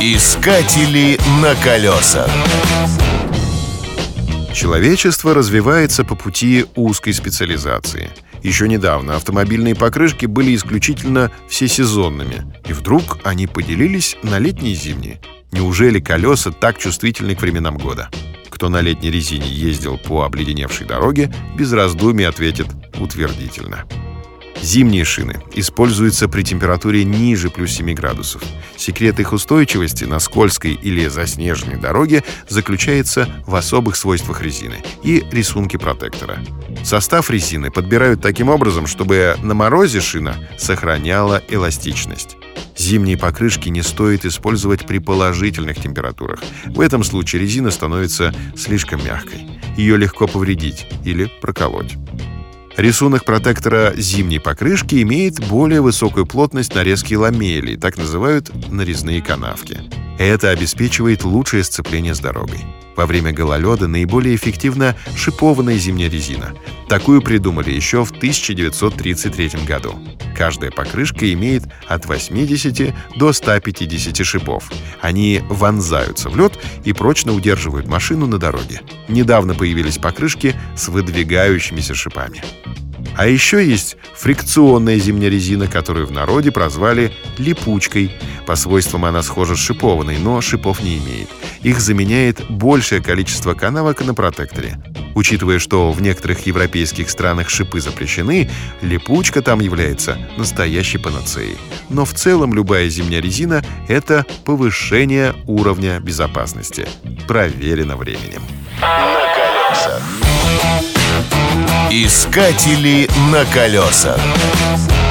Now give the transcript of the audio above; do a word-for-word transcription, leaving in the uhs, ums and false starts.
Искатели на колесах. Человечество развивается по пути узкой специализации. Еще недавно автомобильные покрышки были исключительно всесезонными, и вдруг они поделились на летние и зимние. Неужели колеса так чувствительны к временам года? Кто на летней резине ездил по обледеневшей дороге, без раздумий ответит утвердительно. Зимние шины используются при температуре ниже плюс семи градусов. Секрет их устойчивости на скользкой или заснеженной дороге заключается в особых свойствах резины и рисунке протектора. Состав резины подбирают таким образом, чтобы на морозе шина сохраняла эластичность. Зимние покрышки не стоит использовать при положительных температурах. В этом случае резина становится слишком мягкой. Ее легко повредить или проколоть. Рисунок протектора зимней покрышки имеет более высокую плотность нарезки ламелей, так называют нарезные канавки. Это обеспечивает лучшее сцепление с дорогой. Во время гололеда наиболее эффективна шипованная зимняя резина. Такую придумали еще в тысяча девятьсот тридцать третьем году. Каждая покрышка имеет от восьмидесяти до ста пятидесяти шипов. Они вонзаются в лед и прочно удерживают машину на дороге. Недавно появились покрышки с выдвигающимися шипами. А еще есть фрикционная зимняя резина, которую в народе прозвали липучкой. По свойствам она схожа с шипованной, но шипов не имеет. Их заменяет большее количество канавок на протекторе. Учитывая, что в некоторых европейских странах шипы запрещены, липучка там является настоящей панацеей. Но в целом любая зимняя резина — это повышение уровня безопасности. Проверено временем. На колесах. Искатели на колесах.